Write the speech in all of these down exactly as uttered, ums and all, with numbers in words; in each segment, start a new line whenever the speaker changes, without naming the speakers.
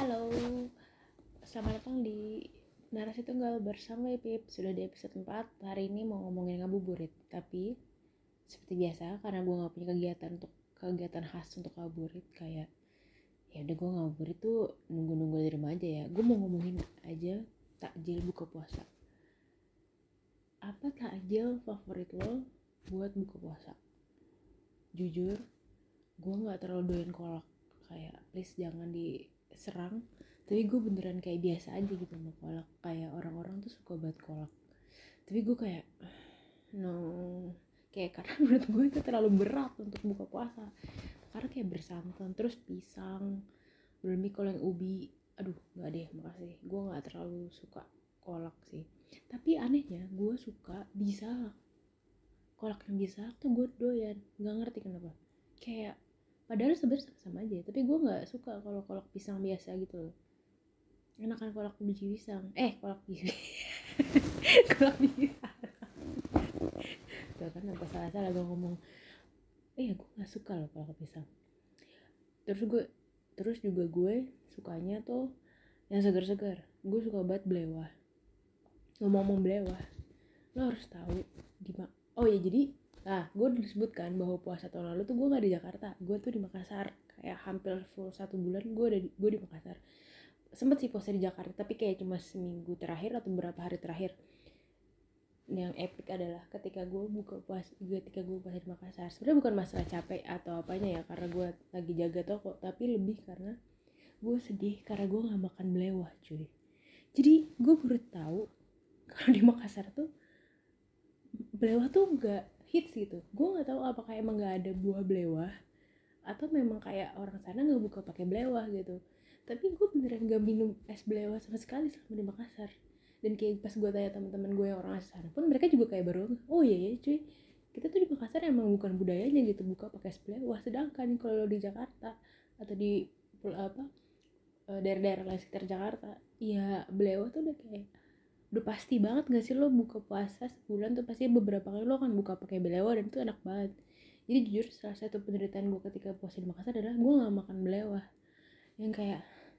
Halo, selamat datang di Narasi Tunggal bersama Ipip. Sudah di episode empat. Hari ini mau ngomongin ngabuburit. Tapi seperti biasa, karena gue gak punya kegiatan untuk kegiatan khas untuk ngabuburit, kayak ya udah gue ngabuburit tuh nunggu-nunggu di rumah aja ya. Gue mau ngomongin aja takjil buka puasa. Apa takjil favorit lo buat buka puasa? Jujur, gue gak terlalu doyan kolak. Kayak please jangan diserang, tapi gue beneran kayak biasa aja gitu sama kolak. Kayak orang-orang tuh suka banget kolak, tapi gue kayak no, kayak karena menurut gue itu terlalu berat untuk buka puasa, karena kayak bersantan terus pisang, belum mie kalau yang ubi, aduh nggak deh makasih, gue nggak terlalu suka kolak sih. Tapi anehnya gue suka bisa kolak yang bisa tuh gue doyan, nggak ngerti kenapa. Kayak padahal sebenarnya sama-sama aja, tapi gue nggak suka kalau kolak pisang biasa gitu loh. Enakan kolak biji pisang, eh kolak biji kolak biji pisang. Tuh kan apa salah-salah gue ngomong. Eh gue nggak suka loh kolak pisang. Terus gue terus juga gue sukanya tuh yang segar-segar. Gue suka banget belewah. Ngomong-ngomong belewah, lo harus tahu gimana. Oh ya jadi, nah gue disebutkan bahwa puasa tahun lalu tuh gue nggak di Jakarta, gue tuh di Makassar. Kayak hampir full satu bulan gue ada di, gue di Makassar. Sempet sih puasa di Jakarta, tapi kayak cuma seminggu terakhir atau beberapa hari terakhir. Yang epic adalah ketika gue buka puasa, ketika gue puasa di Makassar. Sebenarnya bukan masalah capek atau apanya ya, karena gue lagi jaga toko, tapi lebih karena gue sedih karena gue nggak makan belewah, cuy. Jadi gue baru tahu kalau di Makassar tuh belewah tuh nggak hits gitu. Gue nggak tahu apakah emang nggak ada buah belewah atau memang kayak orang sana nggak buka pakai belewah gitu. Tapi gue beneran gak minum es belewah sama sekali selama di Makassar. Dan kayak pas gue tanya teman-teman gue yang orang asli sana pun mereka juga kayak baru, oh iya ya cuy, kita tuh di Makassar emang bukan budayanya gitu buka pakai es belewah. Sedangkan kalau di Jakarta atau di apa daerah-daerah lain sekitar Jakarta, ya belewah tuh udah kayak udah pasti banget gak sih, lo buka puasa sebulan tuh pasti beberapa kali lo akan buka pakai belewah dan itu enak banget. Jadi jujur salah satu penderitaan gue ketika puasa di Makassar adalah gue gak makan belewah. Yang kayak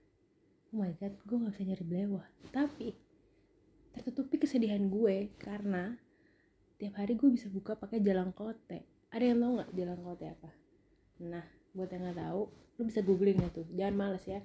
oh my god, gue gak bisa nyari belewah. Tapi tertutupi kesedihan gue karena tiap hari gue bisa buka pakai jalangkote. Ada yang tahu gak jalangkote apa? Nah buat yang gak tahu, lo bisa googling ya tuh, jangan males ya.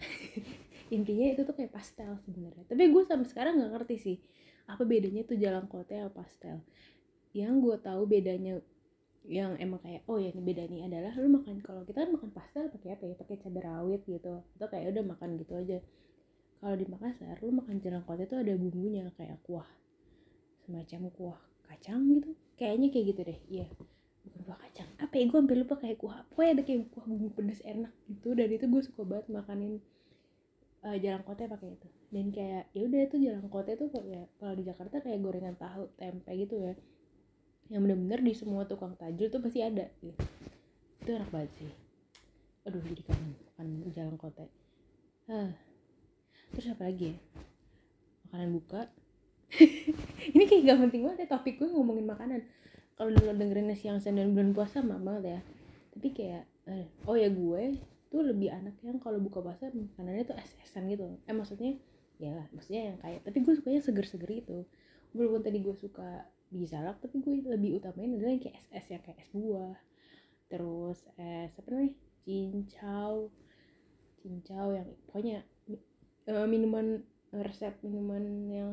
Intinya itu tuh kayak pastel sebenarnya, tapi gue sampai sekarang nggak ngerti sih apa bedanya tuh jalangkote sama pastel. Yang gue tahu bedanya yang emang kayak oh ya ini beda nih adalah lu makan, kalau kita kan makan pastel pakai apa ya, pakai cabai rawit gitu atau kayak udah makan gitu aja. Kalau di Makassar lu makan jalangkote tuh ada bumbunya kayak kuah, semacam kuah kacang gitu kayaknya, kayak gitu deh. Iya bukan kuah kacang apa ya, gue hampir lupa, kayak kuah pokoknya ada kayak kuah bumbu pedas enak gitu. Dan itu gue suka banget makanin uh, jalangkote pakai itu. Dan kayak ya udah itu jalangkote tuh ya kalau di Jakarta kayak gorengan tahu tempe gitu ya, yang bener-bener di semua tukang tajil tuh pasti ada gitu. Itu enak banget sih. Aduh jadi kangen makan jalangkote. Huh. Terus apa lagi ya, makanan buka. Ini kayak gak penting banget ya topik gue ngomongin makanan. Kalau dulu dengerin siang dan bulan puasa mah banget ya. Tapi kayak eh, oh ya gue tuh lebih anak yang kalau buka puasa makanannya tuh es-esan gitu. Eh maksudnya ya lah, maksudnya yang kayak, tapi gue sukanya seger-seger itu. Walaupun tadi gue suka biji salak, tapi gue lebih utamain adalah yang kayak es-es yang kayak es buah. Terus es apa namanya, cincau cincau yang pokoknya uh, minuman, resep minuman yang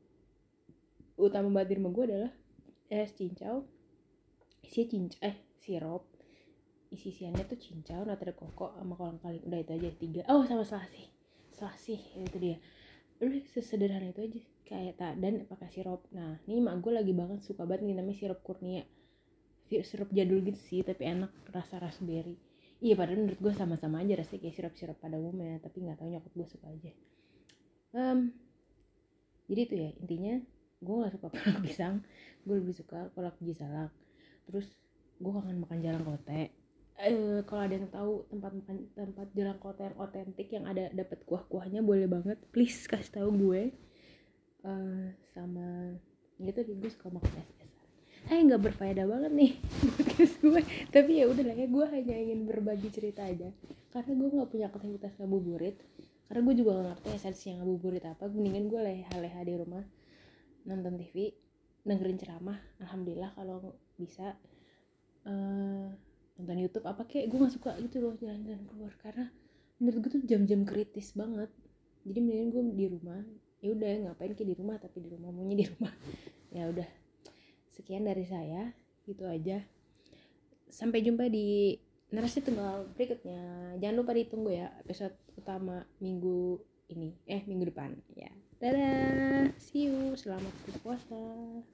utama banget di rumah gue adalah es cincau, isinya cincau eh sirup, isi isiannya tuh cincau, nata de coco sama kolang kaling. Udah itu aja tiga. Oh sama selasih, selasih itu dia. Udah sesederhana itu aja kayak tak, dan pakai sirup. Nah ini mak gue lagi banget suka banget nih namanya sirup kurnia, sirup jadul gitu sih tapi enak, rasa raspberry. Iya padahal menurut gue sama-sama aja rasanya kayak sirup-sirup pada umumnya, tapi nggak tahu nyokap gue suka aja. Um, jadi itu ya intinya, gue nggak suka kolak pisang, gue lebih suka kolak biji salak. Terus gue kangen makan jalangkote. Eh, kalau ada yang tahu tempat makan, tempat jalangkote yang otentik yang ada dapat kuah-kuahnya, boleh banget please kasih tahu gue. Uh, sama gitu deh, gue suka makan es-esan. Eh nggak berfaedah banget nih podcast gue, tapi ya udahlah ya, gue hanya ingin berbagi cerita aja karena gue nggak punya aktivitas ngabuburit. karena gue juga gak ngerti esensi yang ngabuburit apa. Mendingan gue leha-leha di rumah nonton T V, dengerin ceramah. Alhamdulillah kalau bisa uh, nonton YouTube apa kayak. Gue gak suka gitu loh jalan-jalan keluar, karena menurut gue tuh jam-jam kritis banget. Jadi mendingan gue di rumah, ya udah ngapain kayak di rumah, tapi di rumah maunya di rumah. Ya udah, sekian dari saya, gitu aja. Sampai jumpa di narasi tunggal berikutnya. Jangan lupa ditunggu ya episode utama minggu ini, eh minggu depan ya. Dadah, see you, selamat berpuasa.